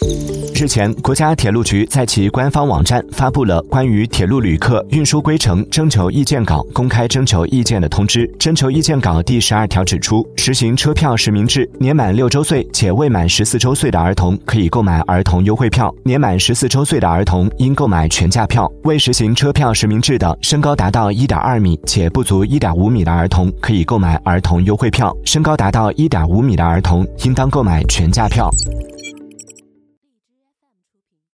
日前，国家铁路局在其官方网站发布了关于铁路旅客运输规程征求意见稿公开征求意见的通知。征求意见稿第12条指出，实行车票实名制，年满6周岁且未满14周岁的儿童可以购买儿童优惠票，年满14周岁的儿童应购买全价票。未实行车票实名制的，身高达到 1.2 米且不足 1.5 米的儿童可以购买儿童优惠票，身高达到 1.5 米的儿童应当购买全价票。